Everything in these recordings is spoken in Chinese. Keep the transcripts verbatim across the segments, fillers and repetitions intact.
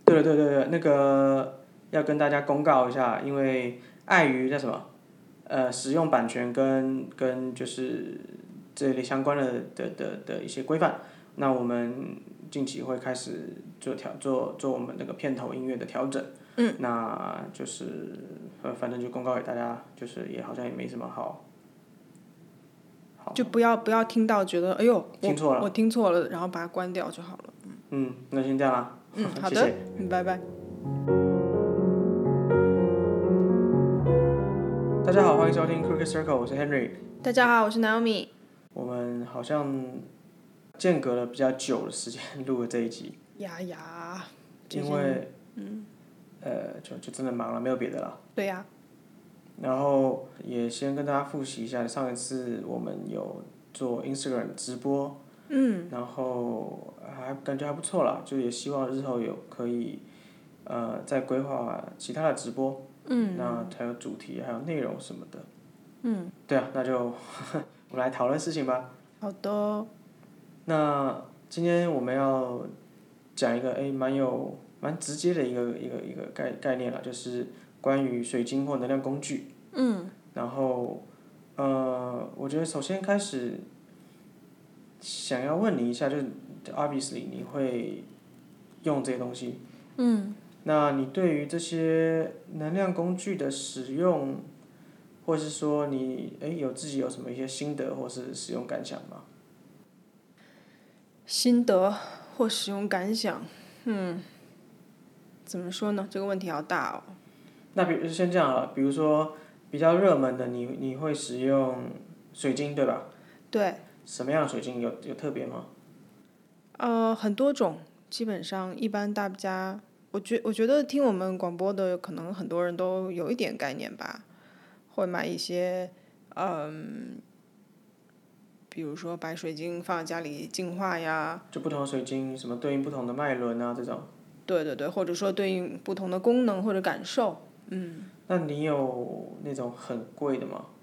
对对对对，那个要跟大家公告一下，因为碍于叫什么，呃，使用版权跟跟就是这类相关的的的的一些规范，那我们近期会开始做调做做我们那个片头音乐的调整。嗯。那就是呃，反正就公告给大家，就是也好像也没什么好。 就不要不要听到觉得哎呦听错了， 我听错了，然后把它关掉就好了。 嗯嗯，那先这样啦。 嗯，好的， 谢谢， 嗯，拜拜。 大家好，欢迎收听 Crooked Circle， 我是 Henry。 大家好，我是 Naomi。 我们好像间隔了比较久的时间录了这一集。 呀呀， 因为嗯，呃，就就真的忙了，没有别的了。 对呀、啊。 然后也先跟大家复习一下，上一次我们有做 Instagram 直播，嗯，然后还感觉还不错啦，就也希望日后有可以呃再规划其他的直播，嗯，那还有主题还有内容什么的，嗯，对啊，那就我们来讨论事情吧。 好的。 那今天我们要讲一个诶蛮有蛮直接的一个一个一个概概念啦，就是关于水晶或能量工具。嗯。然后，呃，我觉得首先开始想要问你一下，就是 obviously 你会用这些东西。嗯。那你对于这些能量工具的使用，或是说你诶有自己有什么一些心得或是使用感想吗？ 心得或使用感想，嗯，怎么说呢？这个问题好大哦。 那比如先这样啊，比如说比较热门的你，你会使用水晶对吧？ 对。 什么样的水晶有有特别吗？ 呃，很多种，基本上一般大家，我觉我觉得听我们广播的可能很多人都有一点概念吧，会买一些，嗯。比如说白水晶放在家里净化呀， 就不同的水晶，什么对应不同的脉轮啊这种。 对对对，或者说对应不同的功能或者感受，嗯。 那你有那种很贵的吗？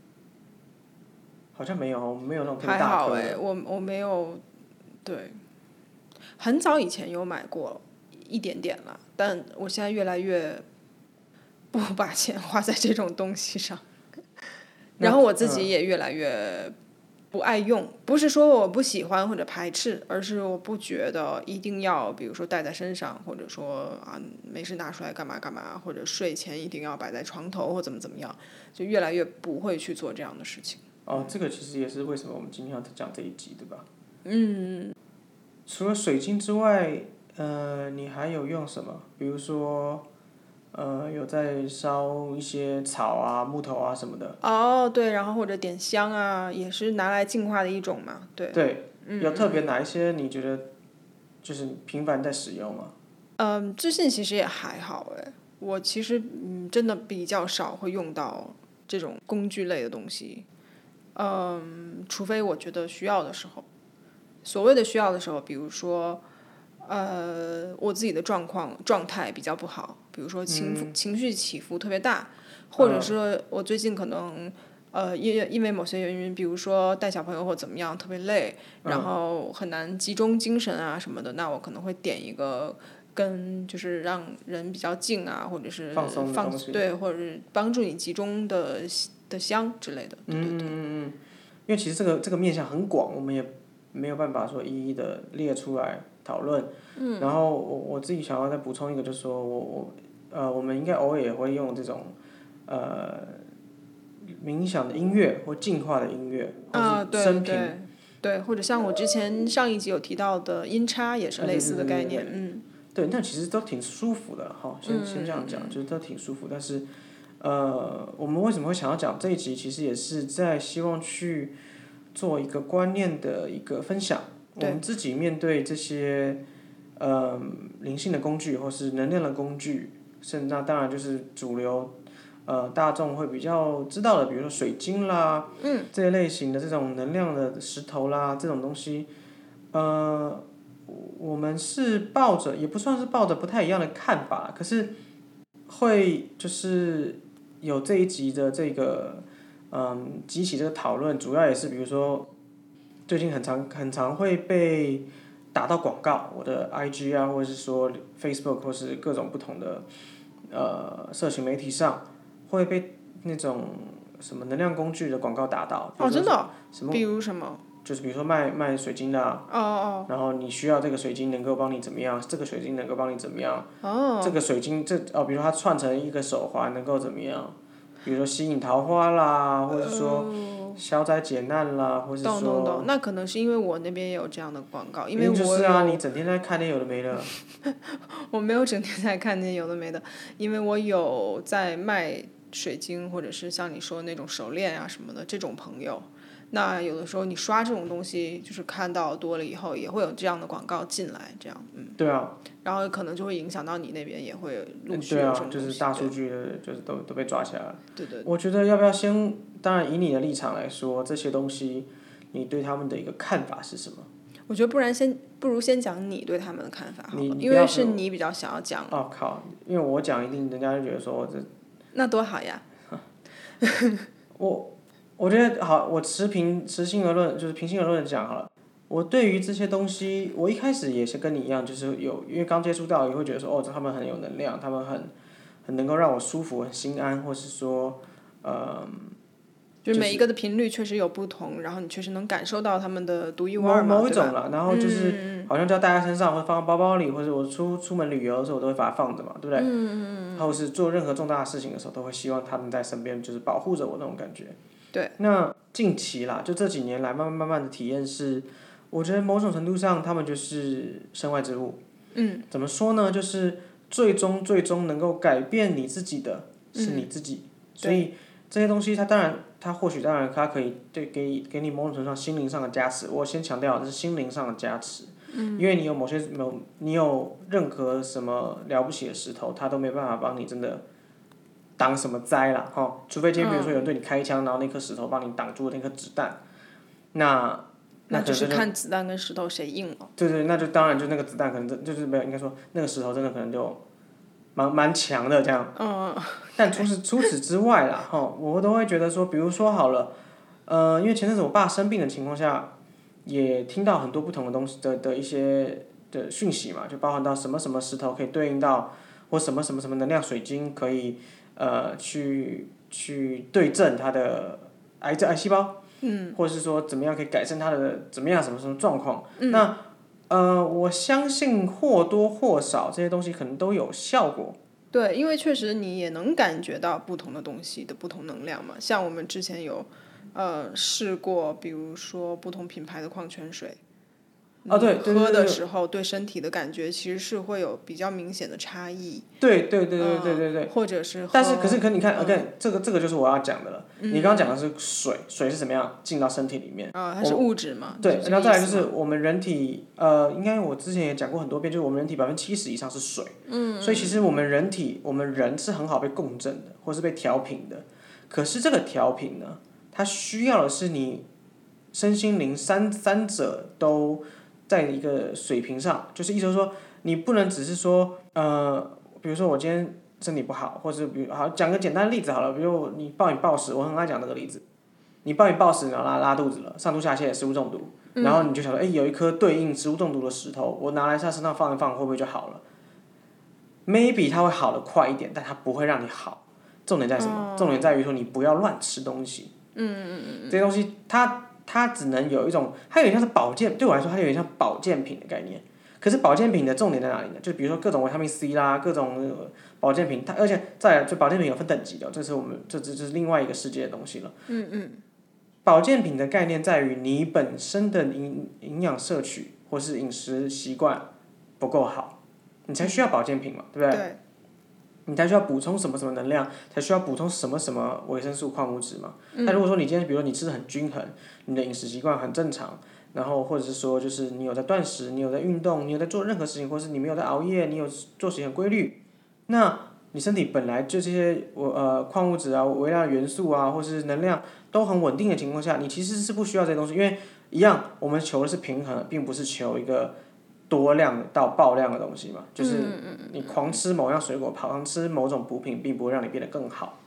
好像没有，没有那种特别大颗的。 还好哎，我我没有，对，很早以前有买过一点点了，但我现在越来越不把钱花在这种东西上，然后我自己也越来越不爱用，不是说我不喜欢或者排斥，而是我不觉得一定要，比如说带在身上，或者说啊没事拿出来干嘛干嘛，或者睡前一定要摆在床头或怎么怎么样，就越来越不会去做这样的事情。 哦，这个其实也是为什么我们今天要讲这一集，对吧？ 嗯。 除了水晶之外，呃，你还有用什么？比如说，呃，有在烧一些草啊、木头啊什么的。 哦，对，然后或者点香啊，也是拿来净化的一种嘛，对。 对，有特别哪一些你觉得就是频繁在使用吗？ 嗯，最近其实也还好哎，我其实嗯真的比较少会用到这种工具类的东西，嗯，除非我觉得需要的时候。所谓的需要的时候，比如说，呃，我自己的状况状态比较不好，比如说情、嗯、情绪起伏特别大，或者说我最近可能，呃，因因为某些原因，比如说带小朋友或怎么样特别累，然后很难集中精神啊什么的，那我可能会点一个跟就是让人比较静啊，或者是放松的东西， 对，或者是帮助你集中的的香之类的。对对对。 嗯嗯嗯，因为其实这个这个面向很广，我们也没有办法说一一的列出来讨论。嗯。然后我我自己想要再补充一个，就是说我我呃，我们应该偶尔也会用这种呃冥想的音乐或净化的音乐， 啊， 或是声频。 对对对，或者像我之前上一集有提到的音叉也是类似的概念，嗯。 对，那其实都挺舒服的哈，先先这样讲，就是都挺舒服。但是，呃，我们为什么会想要讲这一集？其实也是在希望去做一个观念的一个分享。我们自己面对这些呃灵性的工具或是能量的工具，甚至那当然就是主流呃大众会比较知道的，比如说水晶啦，嗯，这一类型的这种能量的石头啦，这种东西，呃。我们是抱着，也不算是抱着不太一样的看法，可是会就是有这一集的这个，嗯，激起这个讨论，主要也是比如说最近很常很常会被打到广告，我的 I G 啊，或者是说 Facebook 或是各种不同的呃社群媒体上，会被那种什么能量工具的广告打到。 哦，真的、哦？ 什么？ 比如什么？ 就是比如说卖卖水晶的啊， 哦哦。 然后你需要这个水晶能够帮你怎么样，这个水晶能够帮你怎么样， 哦。 这个水晶这哦，比如说它串成一个手环能够怎么样，比如说吸引桃花啦，或者说消灾解难啦，或者说。 懂懂懂，那可能是因为我那边也有这样的广告，因为我有。 就是啊，你整天在看那有的没的。 我没有整天在看那有的没的，因为我有在卖水晶，或者是像你说那种手链啊什么的这种朋友。那有的时候你刷这种东西，就是看到多了以后，也会有这样的广告进来，这样，嗯。 对啊。 然后可能就会影响到你那边，也会陆续对啊， 有这种东西。 就是大数据的，就是都都被抓起来了。 对对。 我觉得要不要先，当然以你的立场来说，这些东西，你对他们的一个看法是什么？ 我觉得不然先不如先讲你对他们的看法好了，因你为是你比较想要讲。 哦靠！因为我讲一定人家就觉得说我这。 那多好呀。 我我觉得好，我持平持心而论，就是平心而论的讲好了。我对于这些东西，我一开始也是跟你一样，就是有因为刚接触到，也会觉得说哦，他们很有能量，他们很很能够让我舒服、很心安，或是说，呃。 就是每一个的频率确实有不同，然后你确实能感受到他们的独一无二嘛， 某某一种啦，然后就是好像就要带在身上，或放在包包里，或者我出出门旅游的时候，我都会把它放着嘛，对不对？ 嗯嗯嗯。 或是做任何重大的事情的时候，都会希望他们在身边，就是保护着我那种感觉。 对。 那近期啦，就这几年来，慢慢慢慢的体验是，我觉得某种程度上，他们就是身外之物。 嗯。 怎么说呢？就是最终最终能够改变你自己的是你自己， 嗯、 所以这些东西，它当然。它或许当然，它可以对给给你某种程度上心灵上的加持。我先强调的是心灵上的加持， 嗯、 因为你有某些某你有任何什么了不起的石头，它都没办法帮你真的挡什么灾啦，哈。除非今天比如说有人对你开枪，然后那颗石头帮你挡住那颗子弹，那那就是看子弹跟石头谁硬了。 对对，那就当然就那个子弹可能真就是没有，应该说那个石头真的可能就。蛮蛮强的这样， 嗯， 但除此除此之外啦，哈，我都会觉得说，比如说好了，呃，因为前阵子我爸生病的情况下，也听到很多不同的东西的的一些的讯息嘛，就包含到什么什么石头可以对应到，或什么什么什么能量水晶可以呃去去对症他的癌症癌细胞， 嗯， 或者是说怎么样可以改善他的怎么样什么什么状况， 嗯、 那。呃，我相信或多或少这些东西可能都有效果。 对，因为确实你也能感觉到不同的东西的不同能量嘛。像我们之前有，呃，试过，比如说不同品牌的矿泉水。 啊，对，对喝的时候对身体的感觉其实是会有比较明显的差异。 对对对对对对对。 或者是。 但是可是可你看 ，again，、嗯、这个这个就是我要讲的了。 嗯、 你刚刚讲的是水，水是怎么样进到身体里面？ 啊、它是物质嘛。 对，然后再来就是我们人体，呃，应该我之前也讲过很多遍，就是我们人体百分之七十以上是水。 嗯。 所以其实我们人体，我们人是很好被共振的，或是被调频的。可是这个调频呢，它需要的是你身心灵三三者都。在一个水平上，就是意思说，你不能只是说，呃，比如说我今天身体不好，或者比如好讲个简单的例子好了，比如你暴饮暴食，我很爱讲这个例子，你暴饮暴食，然后拉拉肚子了，上吐下泻，食物中毒，然后你就想说，哎、欸，有一颗对应食物中毒的石头，我拿来在身上放一放，会不会就好了 ？Maybe 它会好得快一点，但它不会让你好。重点在什么？重点在于说你不要乱吃东西。 嗯嗯嗯这些东西它。它只能有一种，它有点像是保健，对我来说，它有点像保健品的概念。可是保健品的重点在哪里呢？就比如说各种维他命 C 啦，各种、呃、保健品，它而且再来就保健品有分等级的，这是我们这这这是另外一个世界的东西了。 嗯嗯。 保健品的概念在于你本身的营营养摄取或是饮食习惯不够好，你才需要保健品嘛，对不对？ 对。 你才需要补充什么什么能量，才需要补充什么什么维生素、矿物质嘛。那、嗯、如果说你今天，比如说你吃的很均衡，你的饮食习惯很正常，然后或者是说，就是你有在断食，你有在运动，你有在做任何事情，或是你没有在熬夜，你有作息很规律，那你身体本来就这些我呃矿物质啊、微量元素啊，或是能量都很稳定的情况下，你其实是不需要这些东西，因为一样，我们求的是平衡，并不是求一个。多量到爆量的东西嘛，就是你狂吃某样水果，狂吃某种补品，并不会让你变得更好。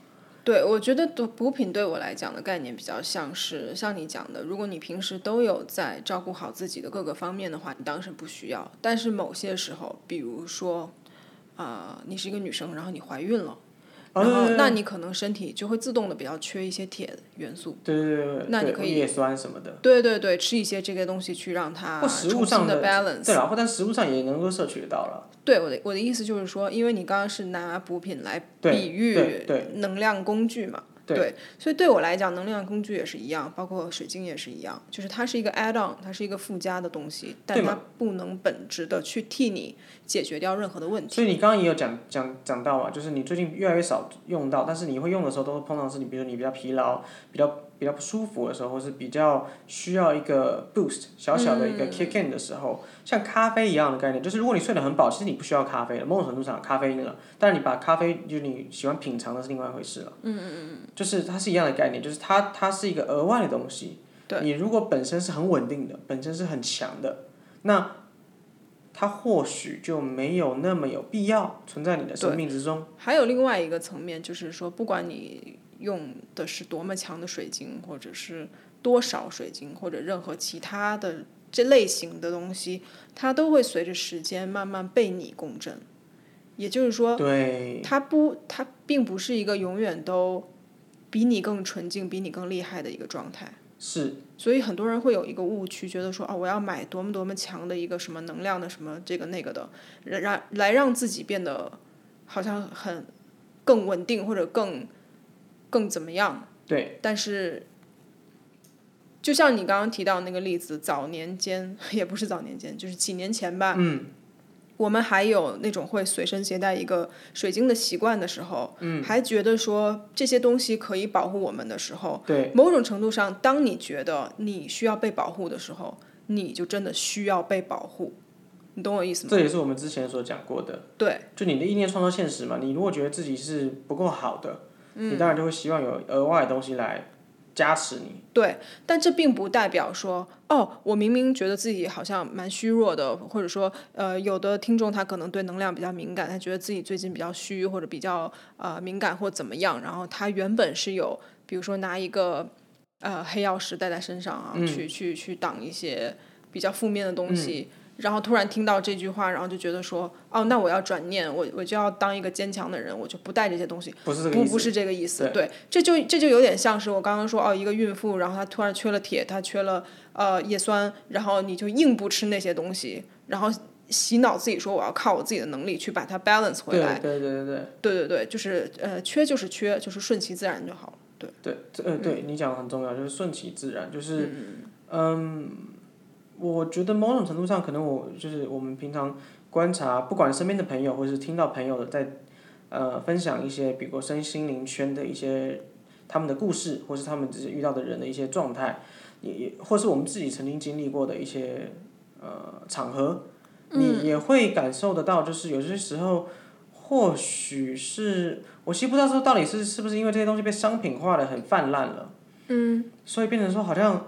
对，我觉得补补品对我来讲的概念比较像是像你讲的，如果你平时都有在照顾好自己的各个方面的话，你当时不需要。但是某些时候，比如说，啊、你是一个女生，然后你怀孕了。然后，那你可能身体就会自动的比较缺一些铁元素。 对对对对， 那你可以叶酸什么的。 对对对，吃一些这个东西去让它或食物上的 balance。 对，然后但食物上也能够摄取得到了。 对，我的我的意思就是说，因为你刚刚是拿补品来比喻能量工具嘛。 对, 对，所以对我来讲，能量工具也是一样，包括水晶也是一样，就是它是一个 add on， 它是一个附加的东西，但它不能本质的去替你解决掉任何的问题。 所以你刚刚也有讲讲讲到嘛，就是你最近越来越少用到，但是你会用的时候，都是通常是你比如说你比较疲劳、比较比较不舒服的时候，或是比较需要一个 boost 小小的一个 kick in 的时候，嗯、像咖啡一样的概念，就是如果你睡得很饱，其实你不需要咖啡了，某种程度上咖啡因了，但是你把咖啡就是你喜欢品尝的是另外一回事了。 嗯嗯嗯。 就是它是一样的概念，就是它它是一个额外的东西。 对。 你如果本身是很稳定的，本身是很强的，那它或许就没有那么有必要存在你的生命之中。 还有另外一个层面，就是说，不管你用的是多么强的水晶，或者是多少水晶，或者任何其他的这类型的东西，它都会随着时间慢慢被你共振。也就是说， 对， 它不，它并不是一个永远都比你更纯净、比你更厉害的一个状态。 是。 所以很多人会有一个误区，觉得说哦，我要买多么多么强的一个什么能量的什么这个那个的，让来让自己变得好像很更稳定或者更更怎么样。 对。 但是，就像你刚刚提到那个例子，早年间也不是早年间，就是几年前吧。 嗯。 我们还有那种会随身携带一个水晶的习惯的时候， 嗯， 还觉得说这些东西可以保护我们的时候， 对， 某种程度上，当你觉得你需要被保护的时候，你就真的需要被保护，你懂我意思吗？ 这也是我们之前所讲过的。 对， 就你的意念创造现实嘛，你如果觉得自己是不够好的，嗯，你当然就会希望有额外的东西来加持你。 对，但这并不代表说，哦，我明明觉得自己好像蛮虚弱的，或者说，呃，有的听众他可能对能量比较敏感，他觉得自己最近比较虚或者比较呃敏感或怎么样，然后他原本是有，比如说拿一个呃黑曜石带在身上啊， 嗯、 去去去挡一些比较负面的东西。 嗯， 然后突然听到这句话，然后就觉得说，哦，那我要转念，我我就要当一个坚强的人，我就不带这些东西。 不是这个意思。 不不是这个意思， 对， 对，这就这就有点像是我刚刚说，哦，一个孕妇，然后她突然缺了铁，她缺了呃叶酸，然后你就硬不吃那些东西，然后洗脑自己说我要靠我自己的能力去把它 balance 回来。 对对对对对。 对对对，就是呃缺就是缺，就是顺其自然就好了。对。 对，呃对， 嗯、 你讲的很重要，就是顺其自然，就是嗯。我觉得某种程度上，可能我就是我们平常观察，不管身边的朋友，或是听到朋友的在呃分享一些，比如身心灵圈的一些他们的故事，或是他们只是遇到的人的一些状态，也也或是我们自己曾经经历过的一些呃场合，你也会感受得到，就是有些时候，或许是我其实不知道说到底是是不是因为这些东西被商品化的很泛滥了， 嗯， 所以变成说好像。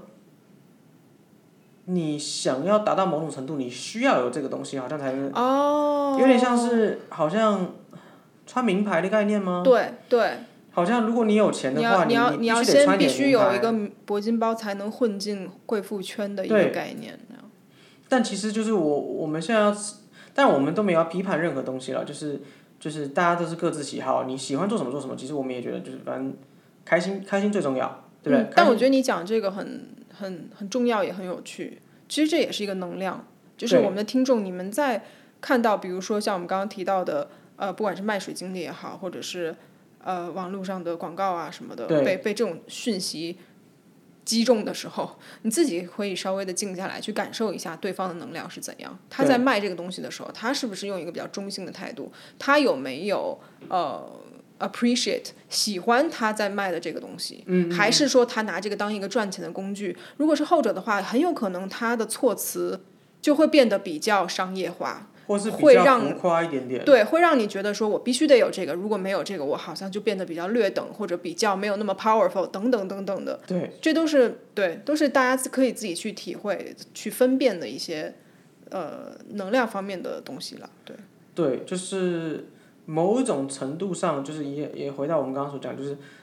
你想要达到某种程度，你需要有这个东西，好像才能哦， 有点像是好像穿名牌的概念吗？ 对对。 好像如果你有钱的话， 你要你你要先必须有一个铂金包才能混进贵妇圈的一个概念。 但其实就是我我们现在要，但我们都没有要批判任何东西了，就是就是大家都是各自喜好，你喜欢做什么做什么，其实我们也觉得就是反正开心开心最重要，对不对？ 嗯、但我觉得你讲这个很。很很重要也很有趣，其实这也是一个能量，就是我们的听众，你们在看到比如说像我们刚刚提到的呃不管是卖水晶的也好，或者是呃网络上的广告啊什么的，被被这种讯息击中的时候，你自己可以稍微的静下来去感受一下对方的能量是怎样，他在卖这个东西的时候，他是不是用一个比较中性的态度，他有没有呃appreciate 喜欢他在卖的这个东西， 嗯嗯嗯， 还是说他拿这个当一个赚钱的工具？如果是后者的话，很有可能他的措辞就会变得比较商业化， 或是比较浮夸一点点。 对，会让你觉得说我必须得有这个，如果没有这个，我好像就变得比较略等，或者比较没有那么 powerful 等等等等的。 对， 这都是对，都是大家可以自己去体会、去分辨的一些呃能量方面的东西了。对， 对，就是。某种程度上，就是也也回到我们刚刚所讲，就是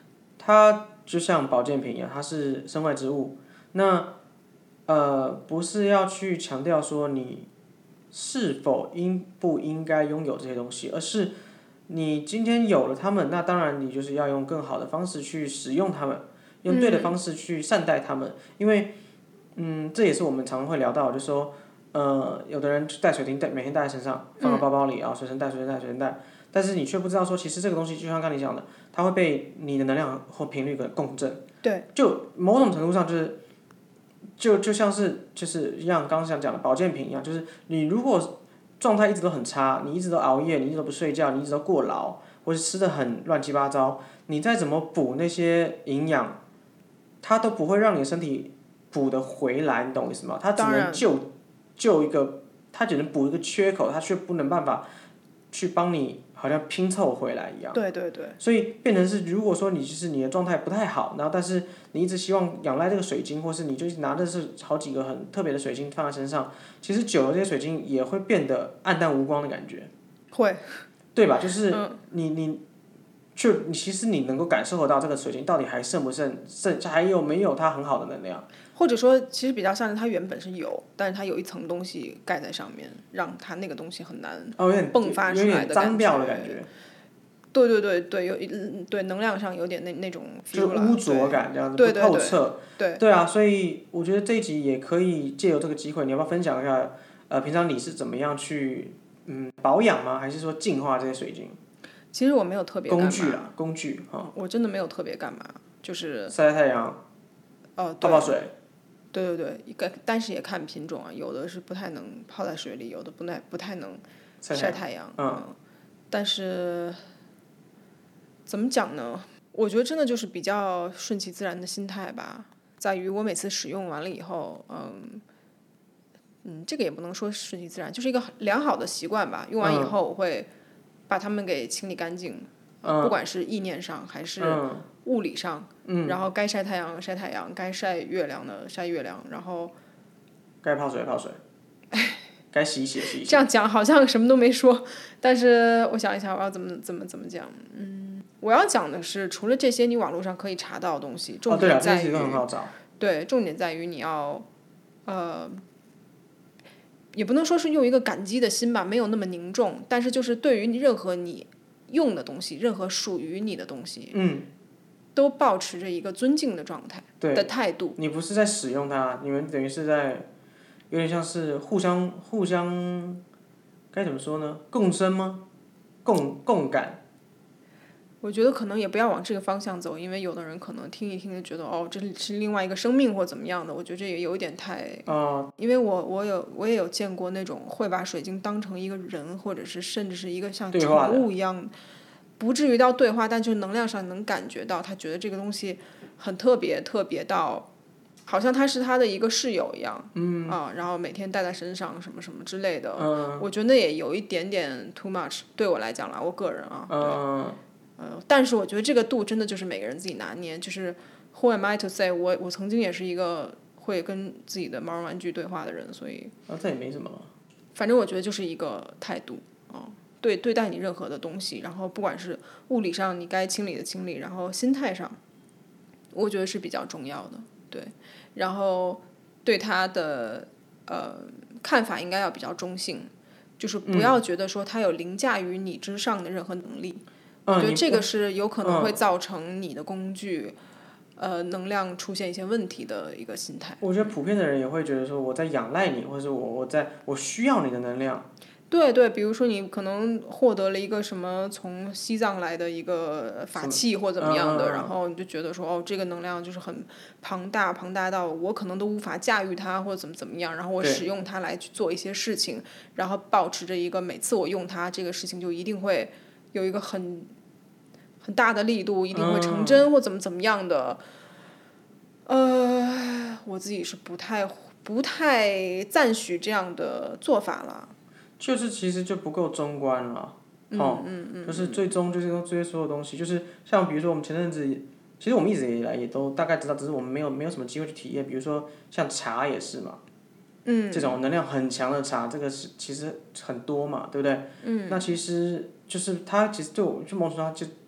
它就像保健品一样，它是身外之物。那呃，不是要去强调说你是否应不应该拥有这些东西，而是你今天有了它们，那当然你就是要用更好的方式去使用它们，用对的方式去善待它们。因为，嗯，这也是我们常常会聊到，就是说，呃，有的人带水晶带每天带在身上，放到包包里啊，随身带、随身带、随身带，但是你却不知道说，其实这个东西就像刚才你讲的，它会被你的能量或频率给共振。 对。 就某种程度上就是。就就像是就是像刚刚想讲的保健品一样，就是你如果状态一直都很差，你一直都熬夜，你一直都不睡觉，你一直都过劳，或者吃的很乱七八糟，你再怎么补那些营养，它都不会让你的身体补得回来，你懂我意思吗？它只能救救一个，它只能补一个缺口，它却不能办法去帮你好像拼凑回来一样。 对对对。 所以变成是，如果说你就是你的状态不太好，然后但是你一直希望仰赖这个水晶，或是你就拿的是好几个很特别的水晶放在身上，其实久了这些水晶也会变得暗淡无光的感觉。 会。 对吧？就是你你，就你其实你能够感受得到这个水晶到底还剩不剩，剩还有没有它很好的能量。 或者说，其实比较像是它原本是有，但是它有一层东西盖在上面，让它那个东西很难迸发出来的感觉。 哦、有点脏掉的感觉。 对对对对，有对能量上有点那那种 feel 了，就污浊感这样子， 不透彻。 对对啊，所以我觉得这一集也可以借由这个机会，你要不要分享一下？呃，平常你是怎么样去嗯保养吗？还是说净化这些水晶？ 其实我没有特别干嘛。 工具啦，工具哈。 我真的没有特别干嘛，就是晒晒太阳。 哦， 泡泡水。 对对对，但是也看品种啊，有的是不太能泡在水里，有的不太不太能晒太阳。 嗯。 但是。怎么讲呢？我觉得真的就是比较顺其自然的心态吧，在于我每次使用完了以后，嗯，嗯，这个也不能说顺其自然，就是一个良好的习惯吧。用完以后，我会把它们给清理干净， 嗯、 不管是意念上还是物理上， 嗯、 然后该晒太阳晒太阳，该晒月亮的晒月亮，然后该泡水泡水。该洗一洗洗一洗。 这样讲好像什么都没说，但是我想一下，我要怎么怎么怎么讲？嗯，我要讲的是，除了这些你网络上可以查到的东西，重点在于， 哦、对, 很好找对，重点在于你要，呃，也不能说是用一个感激的心吧，没有那么凝重，但是就是对于任何你用的东西，任何属于你的东西， 嗯， 都保持着一个尊敬的状态的态度。 你不是在使用它，你们等于是在。有点像是互相互相，该怎么说呢？共生吗？共共感。 我觉得可能也不要往这个方向走，因为有的人可能听一听就觉得哦，这是另外一个生命或怎么样的。我觉得这也有一点太。 哦。 因为我我有我也有见过那种会把水晶当成一个人，或者是甚至是一个像宠物一样，不至于到对话，但就能量上能感觉到他觉得这个东西很特别，特别到。好像他是他的一个室友一样， 嗯啊，然后每天带在身上什么什么之类的， 嗯、 我觉得也有一点点 too much， 对我来讲啦，我个人啊， 嗯、 呃，但是我觉得这个度真的就是每个人自己拿捏，就是 who am I to say， 我我曾经也是一个会跟自己的毛绒玩具对话的人，所以啊，这也没什么， 反正我觉得就是一个态度啊，对对待你任何的东西，然后不管是物理上你该清理的清理，然后心态上，我觉得是比较重要的。对，然后对他的呃看法应该要比较中性，就是不要觉得说他有凌驾于你之上的任何能力。 嗯、 我觉得这个是有可能会造成你的工具、嗯、呃能量出现一些问题的一个心态。 我觉得普遍的人也会觉得说我在仰赖你，或者我我在我需要你的能量。 对对，比如说你可能获得了一个什么从西藏来的一个法器或怎么样的， 嗯、 然后你就觉得说哦，这个能量就是很庞大，庞大到我可能都无法驾驭它或者怎么怎么样，然后我使用它来去做一些事情，然后保持着一个每次我用它这个事情就一定会有一个很很大的力度，一定会成真、 嗯、 或怎么怎么样的。呃，我自己是不太不太赞许这样的做法了。 就是其实就不够中观了， 哦、嗯嗯嗯， 就是最终就是这些所有东西，就是像比如说我们前阵子，其实我们一直以来也都大概知道，只是我们没有没有什么机会去体验，比如说像茶也是嘛， 嗯， 这种能量很强的茶，这个是其实很多嘛，对不对？ 嗯， 那其实就是它其实对我就某种程度上就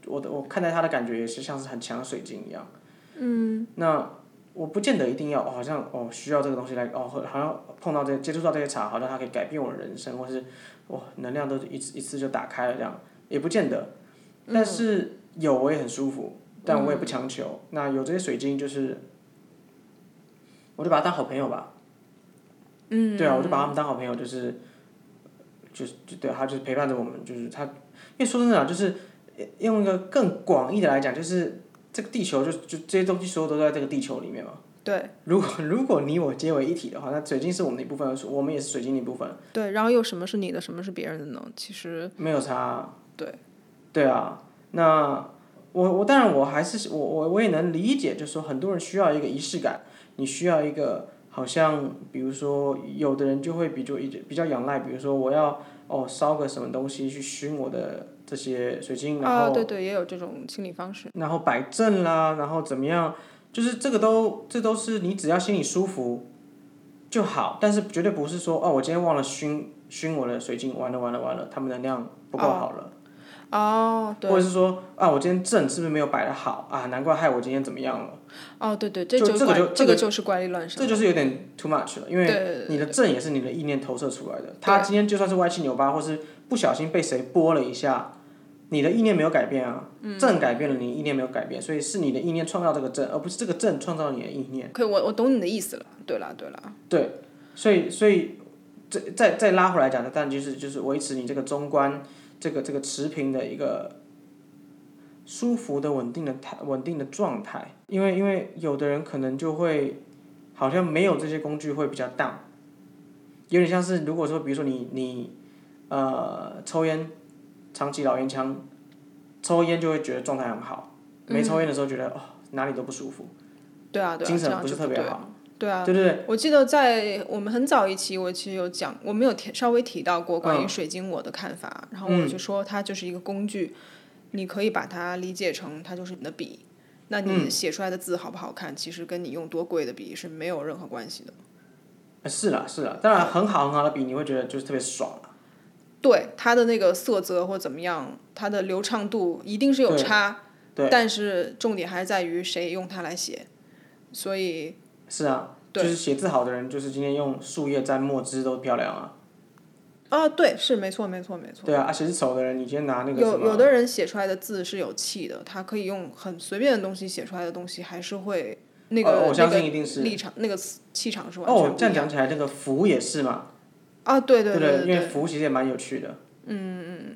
我的我看待它的感觉也是像是很强的水晶一样。嗯，那我不见得一定要，哦、好像哦需要这个东西来哦，好像碰到这接触到这些茶，好像它可以改变我的人生，或是哇能量都一次一次就打开了这样，也不见得。但是有我也很舒服，但我也不强求。嗯、那有这些水晶就是，我就把它当好朋友吧。嗯。对啊，我就把他们当好朋友，就是，就是就对，他就是陪伴着我们，就是他，因为说真的啊，就是用一个更广义的来讲，就是这个地球就就这些东西所有都在这个地球里面嘛。 对。 如果如果你我结为一体的话，那水晶是我们的一部分，我们也是水晶的一部分。 对，然后又什么是你的，什么是别人的呢？其实没有差。 对。 对啊，那我我当然我还是我我我也能理解，就是说很多人需要一个仪式感，你需要一个好像比如说有的人就会比较比较仰赖，比如说我要哦烧个什么东西去熏我的这些水晶，然后、 啊、对对，也有这种清理方式， 然后摆正啦，然后怎么样，就是这个都这都是你只要心里舒服就好，但是绝对不是说哦我今天忘了熏熏我的水晶，完了完了完了，它们能量不够好了。哦哦，对。 或者是说啊，我今天正是不是没有摆的好啊？难怪害我今天怎么样了？ 哦，对对，这就这个就这个就是怪力乱神， 这就是有点 too much 了，因为你的正也是你的意念投射出来的。他今天就算是歪七扭八，或是不小心被谁拨了一下，你的意念没有改变啊，嗯、正改变了，你意念没有改变，所以是你的意念创造这个正，而不是这个正创造你的意念。 可以，我我懂你的意思了。对啦，对啦。 对，所以所以再再再拉回来讲的，当然就是就是维持你这个中观这个这个持平的一个。舒服的稳定的态稳定的状态，因为因为有的人可能就会好像没有这些工具会比较 down， 有点像是如果说比如说你你呃抽烟，长期老烟枪，抽烟就会觉得状态很好，没抽烟的时候觉得、嗯、哦哪里都不舒服， 对啊对啊， 精神不是特别好， 对啊， 对对对。 我记得在我们很早一期，我其实有讲，我们有提稍微提到过关于水晶我的看法，嗯、然后我就说它就是一个工具。你可以把它理解成它就是你的笔，那你写出来的字好不好看，嗯、其实跟你用多贵的笔是没有任何关系的。 是啦是啦，当然很好很好的笔，你会觉得就是特别爽啦。 对，它的那个色泽或怎么样，它的流畅度一定是有差， 对， 但是重点还是在于谁用它来写，所以。 是啊，就是写字好的人，就是今天用树叶沾墨汁都漂亮啊。 啊，对，是没错，没错，没错。 对啊，写字丑的人，你今天拿那个有有的人写出来的字是有气的，他可以用很随便的东西写出来的东西，还是会那个、 哦、我相信一定是、 那个、立场那个气场是完全不一样。 哦，这样讲起来，那个符也是嘛。 啊，对对对对对， 因为符其实也蛮有趣的。 嗯嗯。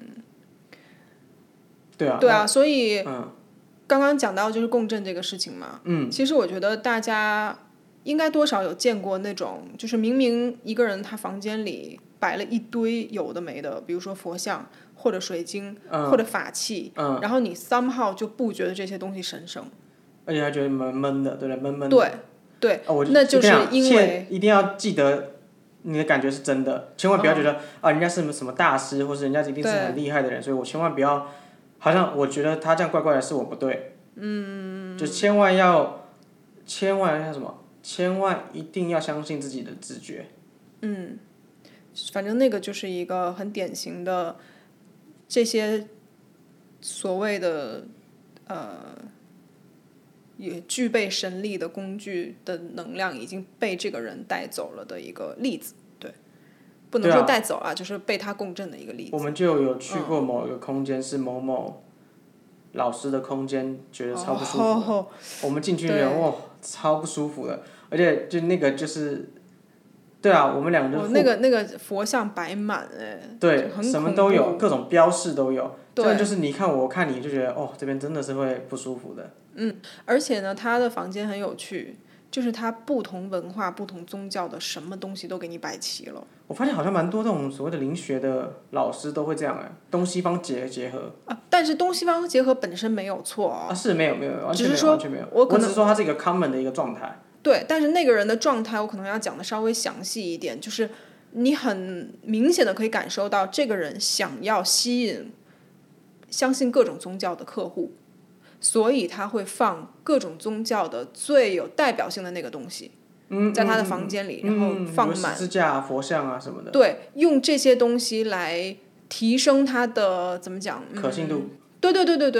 对啊。 对啊，所以、 嗯、 刚刚讲到就是共振这个事情嘛。 嗯。 其实我觉得大家应该多少有见过那种，就是明明一个人他房间里摆了一堆有的没的，比如说佛像或者水晶、 嗯、 或者法器、 嗯， 然后你 somehow 就不觉得这些东西神圣， 而且还觉得闷闷的，对不对？闷闷的。 对对、 哦、 那就是因为一定要记得你的感觉是真的，千万不要觉得、嗯、啊人家是什么大师，或是人家一定是很厉害的人，所以我千万不要好像我觉得他这样怪怪的是我不对。嗯。就千万要千万要什么？千万一定要相信自己的直觉。 嗯。反正那个就是一个很典型的，这些所谓的呃，也具备神力的工具的能量已经被这个人带走了的一个例子，对，不能说带走啊，就是被他共振的一个例子。 我们就有去过某一个空间，是某某老师的空间，觉得超不舒服的。 哦、 我们进去觉得哇，超不舒服的，而且就那个就是。对啊，我们两个就、 哦、那个那个佛像摆满哎， 对，什么都有，各种标示都有。 对， 就是你看我看你就觉得哦，这边真的是会不舒服的。 嗯，而且呢，他的房间很有趣，就是他不同文化、不同宗教的什么东西都给你摆齐了。 我发现好像蛮多这种所谓的灵学的老师都会这样哎，东西方结结合。 啊，但是东西方结合本身没有错哦。 啊，是没有没有完全没有完全没有， 我可能我只是说它是一个 common 的一个状态。 对，但是那个人的状态我可能要讲的稍微详细一点，就是你很明显的可以感受到这个人想要吸引相信各种宗教的客户，所以他会放各种宗教的最有代表性的那个东西， 嗯、 在他的房间里，嗯、然后放满十字架、佛像啊什么的。 对，用这些东西来提升他的怎么讲、 嗯、可信度。 对对对对对。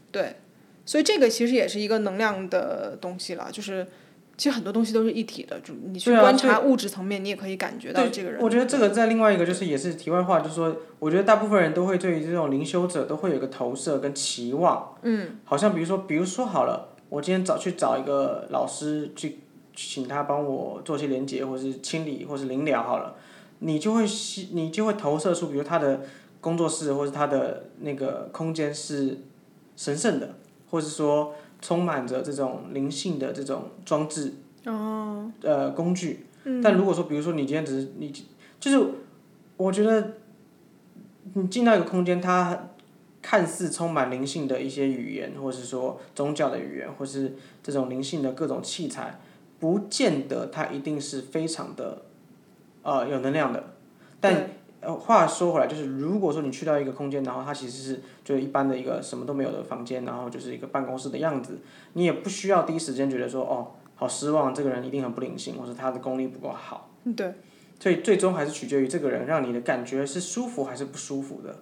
对，所以这个其实也是一个能量的东西了，就是其实很多东西都是一体的，就你去观察物质层面，你也可以感觉到这个人。 我觉得这个在另外一个就是也是题外话，就是说，我觉得大部分人都会对于这种灵修者都会有一个投射跟期望。嗯。好像比如说，比如说好了，我今天找去找一个老师去，请他帮我做些连结，或是清理，或是灵疗好了，你就会你就会投射出，比如他的工作室或是他的那个空间是神圣的，或是说充满着这种灵性的这种装置。哦。呃，工具。嗯。但如果说，比如说你今天只是你，就是我觉得你进到一个空间，它看似充满灵性的一些语言，或是说宗教的语言，或是这种灵性的各种器材，不见得它一定是非常的呃有能量的。但呃话说回来，就是如果说你去到一个空间，然后它其实是就是一般的一个什么都没有的房间，然后就是一个办公室的样子，你也不需要第一时间觉得说哦好失望，这个人一定很不灵性，或是他的功力不够好。 对。 所以最终还是取决于这个人让你的感觉是舒服还是不舒服的。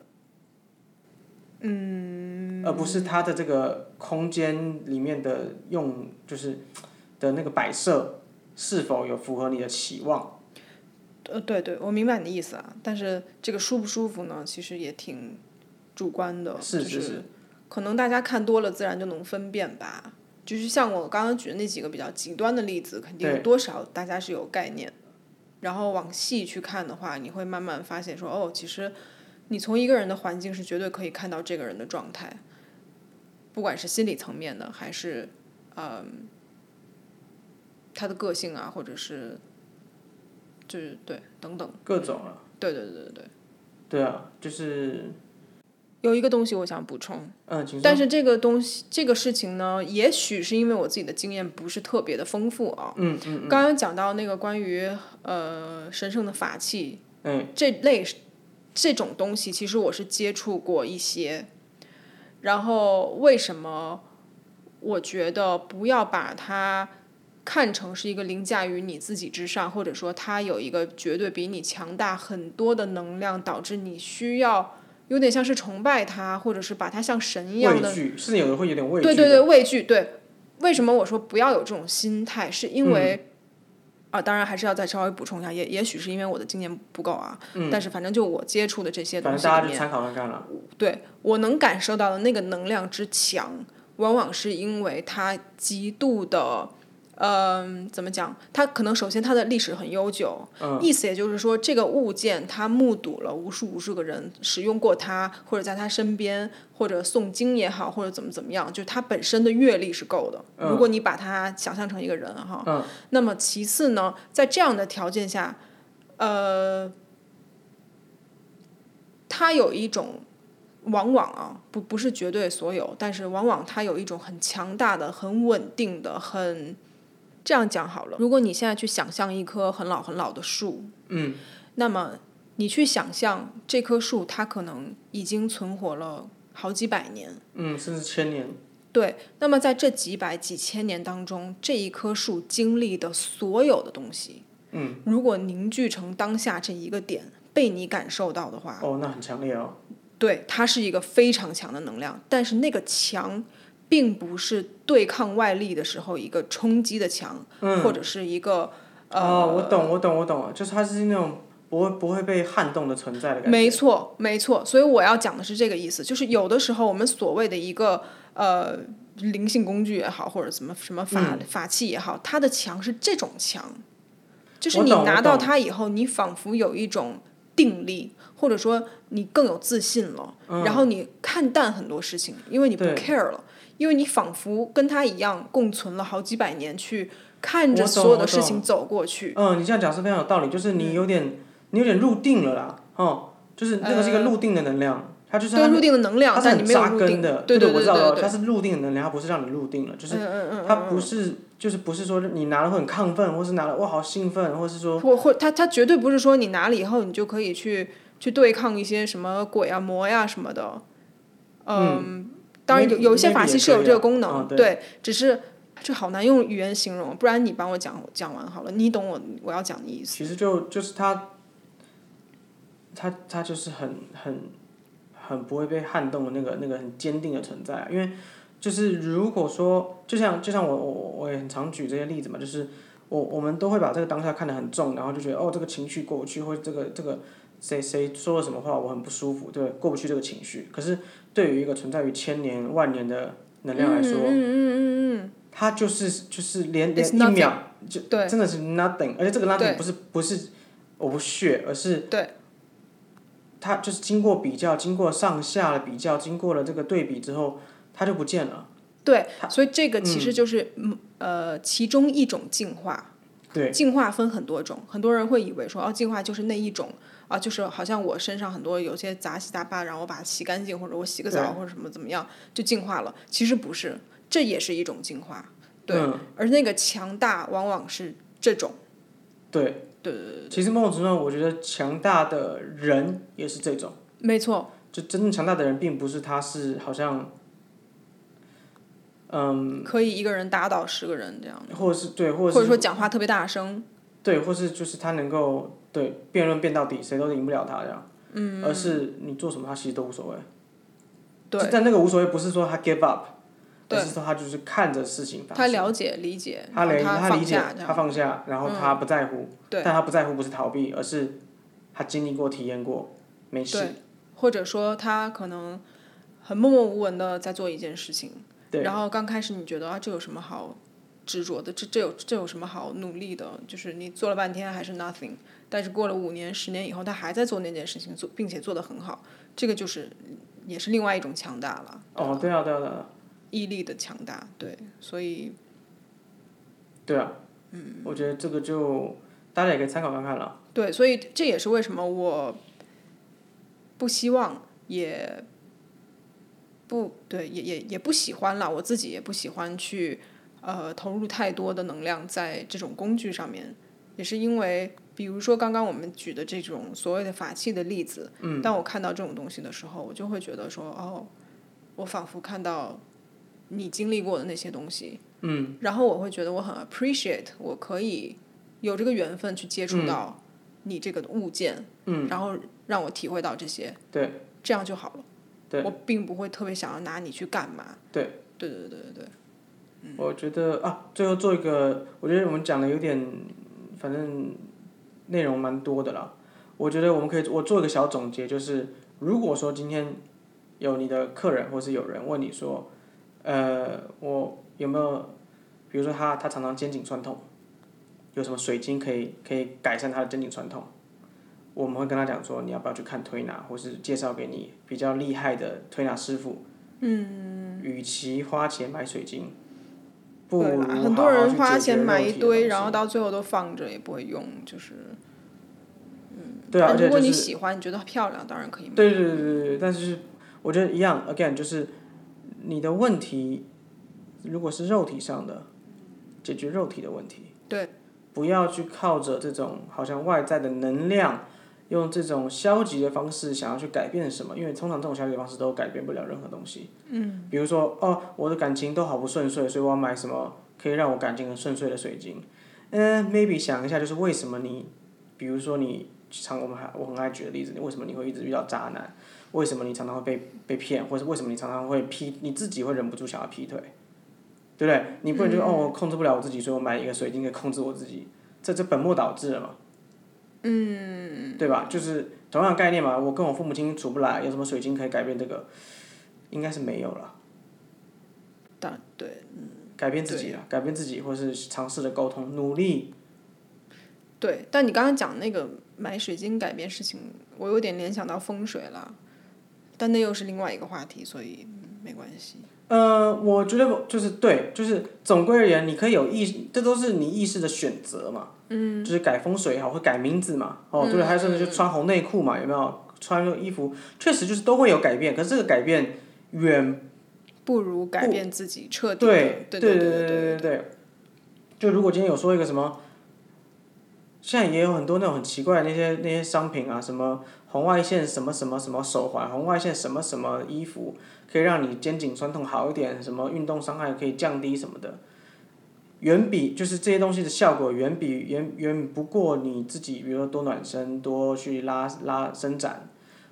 嗯。而不是他的这个空间里面的用就是的那个摆设是否有符合你的期望。 呃，对对，我明白你的意思啊，但是这个舒不舒服呢，其实也挺主观的。 是是是。 就是、可能大家看多了，自然就能分辨吧。就是像我刚刚举的那几个比较极端的例子，肯定多少大家是有概念。然后往细去看的话，你会慢慢发现说，哦，其实你从一个人的环境是绝对可以看到这个人的状态，不管是心理层面的，还是嗯他的个性啊，或者是就是对等等各种啊。 对对对对对。 对啊，就是。 有一个东西我想补充。 嗯，请说。 但是这个东西这个事情呢，也许是因为我自己的经验不是特别的丰富啊。 嗯嗯嗯。 刚刚讲到那个关于呃神圣的法器。 嗯。 这类这种东西，其实我是接触过一些。然后为什么我觉得不要把它看成是一个凌驾于你自己之上，或者说它有一个绝对比你强大很多的能量，导致你需要有点像是崇拜它，或者是把它像神一样的畏惧，是有的会有点畏惧的。 对对对，畏惧。对，为什么我说不要有这种心态？是因为、嗯、啊，当然还是要再稍微补充一下，也也许是因为我的经验不够啊。 嗯。 但是反正就我接触的这些东西里面， 反正大家就参考看看了。 对，我能感受到的那个能量之强，往往是因为它极度的。嗯、呃，怎么讲？它可能首先它的历史很悠久， 嗯、 意思也就是说，这个物件它目睹了无数无数个人使用过它，或者在它身边，或者诵经也好，或者怎么怎么样，就它本身的阅历是够的。 嗯、 如果你把它想象成一个人哈， 嗯、 那么其次呢，在这样的条件下，呃，它有一种。往往啊，不不是绝对所有，但是往往它有一种很强大的、很稳定的、很这样讲好了。如果你现在去想象一棵很老很老的树， 嗯， 那么你去想象这棵树，它可能已经存活了好几百年， 嗯，甚至千年。 对，那么在这几百几千年当中，这一棵树经历的所有的东西， 嗯， 如果凝聚成当下这一个点，被你感受到的话， 哦，那很强烈哦。 对，它是一个非常强的能量，但是那个强并不是对抗外力的时候一个冲击的强、 嗯、 或者是一个呃哦，我懂我懂我懂，就是它是那种不会不会被撼动的存在的感觉。 没错没错，所以我要讲的是这个意思，就是有的时候我们所谓的一个呃灵性工具也好，或者什么什么法、嗯、法器也好，它的强是这种强，就是你拿到它以后，你仿佛有一种定力，或者说你更有自信了、 嗯、 然后你看淡很多事情，因为你不 care 了，因为你仿佛跟他一样共存了好几百年，去看着所有的事情走过去。 嗯，你这样讲是非常有道理，就是你有点、嗯、你有点入定了啦，哦，就是那个是一个入定的能量、呃、它就是它对入定的能量， 它是很扎根的，对对对我知道它是入定的能量，它不是让你入定了，就是它不是就是不是说你拿了会很亢奋，或是拿了哇好兴奋，或是说或或它它绝对不是说你拿了以后你就可以去去对抗一些什么鬼啊魔呀、啊、什么的，嗯，嗯当然有有一些法器是有这个功能， 啊、对, 对，只是这好难用语言形容，不然你帮我讲讲完好了，你懂我我要讲的意思。 其实就就是它，它它就是很很很不会被撼动的那个那个很坚定的存在啊。因为就是如果说，就像就像我我我也很常举这些例子嘛，就是我我们都会把这个当下看得很重，然后就觉得哦这个情绪过不去，或者这个这个谁谁说了什么话我很不舒服，对，过不去这个情绪。可是对于一个存在于千年万年的能量来说， 嗯嗯嗯嗯嗯， 它就是就是连 It's 连一秒就对真的是 nothing，而且这个 nothing 对不是不是我不屑，而是对它就是经过比较，经过上下的比较，经过了这个对比之后，它就不见了。 对，所以这个其实就是嗯呃其中一种进化。 对， 进化分很多种，很多人会以为说哦，进化就是那一种啊，就是好像我身上很多有些杂七杂八，然后我把它洗干净，或者我洗个澡或者什么怎么样就进化了。其实不是，这也是一种进化。对， 嗯、 而那个强大往往是这种。 对， 对对对对。 其实某种程度上，我觉得强大的人也是这种。 没错。 就真正强大的人，并不是他是好像，嗯， 可以一个人打倒十个人这样的， 或者是对，或者或者说讲话特别大声， 对，或是就是他能够对辩论辩到底，谁都赢不了他这样。 嗯。 而是你做什么，他其实都无所谓。 对。 但那个无所谓，不是说他 give up， 而是说他就是看着事情发生。 他了解理解， 他理他理解，他放下，然后他不在乎。 嗯、对。 但他不在乎不是逃避，而是他经历过、体验过，没事。 对。或者说他可能很默默无闻的在做一件事情。然后刚开始你觉得啊，这有什么好执着的？这这有这有什么好努力的？就是你做了半天还是 nothing， 但是过了五年、十年以后，他还在做那件事情，做并且做得很好，这个就是也是另外一种强大了。 哦，对啊，对啊，对啊。 毅力的强大，对，所以。 对啊。嗯。我觉得这个就大家也可以参考看看了。 对，所以这也是为什么我不希望也。不对，也也也不喜欢了，我自己也不喜欢去，呃，投入太多的能量在这种工具上面，也是因为，比如说刚刚我们举的这种所谓的法器的例子， 嗯， 当我看到这种东西的时候，我就会觉得说，哦，我仿佛看到你经历过的那些东西， 嗯， 然后我会觉得我很 appreciate， 我可以有这个缘分去接触到你这个物件， 嗯， 然后让我体会到这些， 对， 这样就好了。 对， 我并不会特别想要拿你去干嘛。 对， 对对对对对。 嗯、我觉得啊，最后做一个，我觉得我们讲的有点，反正内容蛮多的啦。我觉得我们可以，我做一个小总结，就是如果说今天有你的客人或是有人问你说，呃，我有没有，比如说他他常常肩颈酸痛，有什么水晶可以可以改善他的肩颈酸痛？我们会跟他讲说，你要不要去看推拿，或是介绍给你比较厉害的推拿师傅。 嗯。 与其花钱买水晶，不如好好去解决肉体的东西。 很多人花钱买一堆，然后到最后都放着也不会用，就是。嗯。 对啊，而且、就是、 如果你喜欢，你觉得漂亮，当然可以买。 对对对对对，但是我觉得一样 ，again 就是你的问题，如果是肉体上的，解决肉体的问题。 对。 不要去靠着这种好像外在的能量。用这种消极的方式想要去改变什么？因为通常这种消极的方式都改变不了任何东西。 嗯。 比如说，哦，我的感情都好不顺遂，所以我要买什么可以让我感情很顺遂的水晶？嗯 ，maybe 想一下，就是为什么你，比如说你常我们还我很爱举的例子，为什么你会一直遇到渣男？为什么你常常会被被骗？或者为什么你常常会劈？你自己会忍不住想要劈腿，对不对？你不能就、嗯、哦，我控制不了我自己，所以我买一个水晶可以控制我自己，这这本末倒置了嘛。 嗯， 对吧？就是同样的概念嘛。我跟我父母亲处不来，有什么水晶可以改变这个？应该是没有了。 但对，嗯。 改变自己了，改变自己，或是尝试着沟通，努力。 对，但你刚刚讲那个买水晶改变事情，我有点联想到风水了，但那又是另外一个话题，所以、嗯、没关系。 呃，我觉得就是对，就是总归而言，你可以有意，这都是你意识的选择嘛。 嗯。 就是改风水也好，或改名字嘛，哦，对、嗯，还有甚至就穿红内裤嘛，有没有？穿个衣服，确实就是都会有改变，可是这个改变远不如改变自己彻底的。 对对对对对对对对。就如果今天有说一个什么，现在也有很多那种很奇怪的那些那些商品啊，什么红外线什么什么什么手环，红外线什么什么衣服，可以让你肩颈酸痛好一点，什么运动伤害可以降低什么的，远比就是这些东西的效果远比远远不过你自己，比如说多暖身，多去拉拉伸展，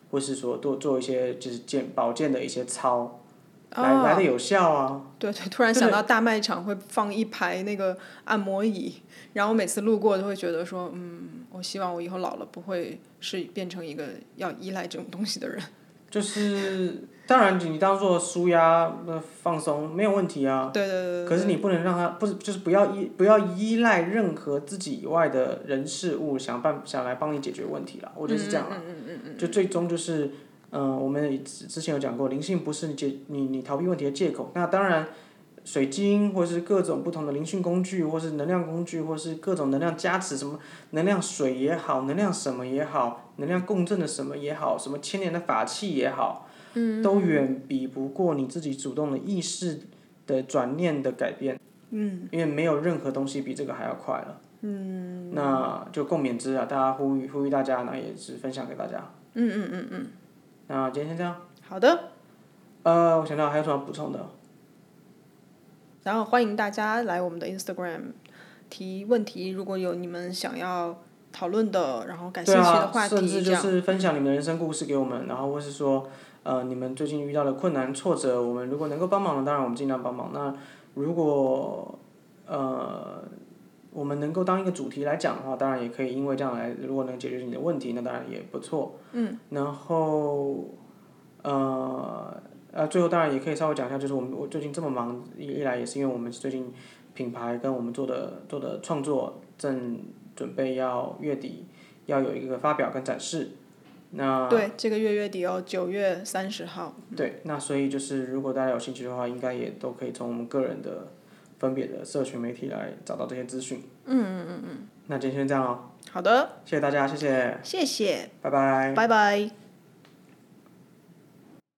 或是说多做一些就是健保健的一些操，来、 哦、 来的有效啊。 对对，突然想到大卖场会放一排那个按摩椅，然后每次路过都会觉得说，嗯，我希望我以后老了不会是变成一个要依赖这种东西的人。 就是当然你当做舒压、呃放松没有问题啊。 对对对对。 可是你不能让他不是就是不要依不要依赖任何自己以外的人事物想办想来帮你解决问题啦。我觉得是这样啦。 嗯嗯嗯嗯嗯。 就最终就是，嗯、呃，我们之前有讲过，灵性不是你解你你逃避问题的借口。那当然，水晶或是各种不同的灵讯工具，或是能量工具，或是各种能量加持，什么能量水也好，能量什么也好，能量共振的什么也好，什么千年的法器也好，嗯、都远比不过你自己主动的意识的转念的改变。嗯。因为没有任何东西比这个还要快了。嗯。那就共勉之啊！大家呼吁呼吁大家，那也是分享给大家。 嗯嗯嗯嗯。 那今天先这样。 好的。 呃，我想到还有什么补充的？ 然后欢迎大家来我们的 Instagram 提问题，如果有你们想要讨论的，然后感兴趣的话题， 对啊，甚至就是分享你们的人生故事给我们，然后或是说，呃，你们最近遇到的困难挫折，我们如果能够帮忙的，当然我们尽量帮忙。那如果呃我们能够当一个主题来讲的话，当然也可以，因为这样来，如果能解决你的问题，那当然也不错。嗯。然后，呃。呃，最后当然也可以稍微讲一下，就是我们我最近这么忙，一一来也是因为我们最近品牌跟我们做的做的创作正准备要月底要有一个发表跟展示，那对这个月月底哦，九月三十号。 对，那所以就是如果大家有兴趣的话，应该也都可以从我们个人的分别的社群媒体来找到这些资讯。 嗯嗯嗯嗯。 那今天先这样咯。 好的。 谢谢大家，谢谢。 谢谢。 拜拜。 拜拜。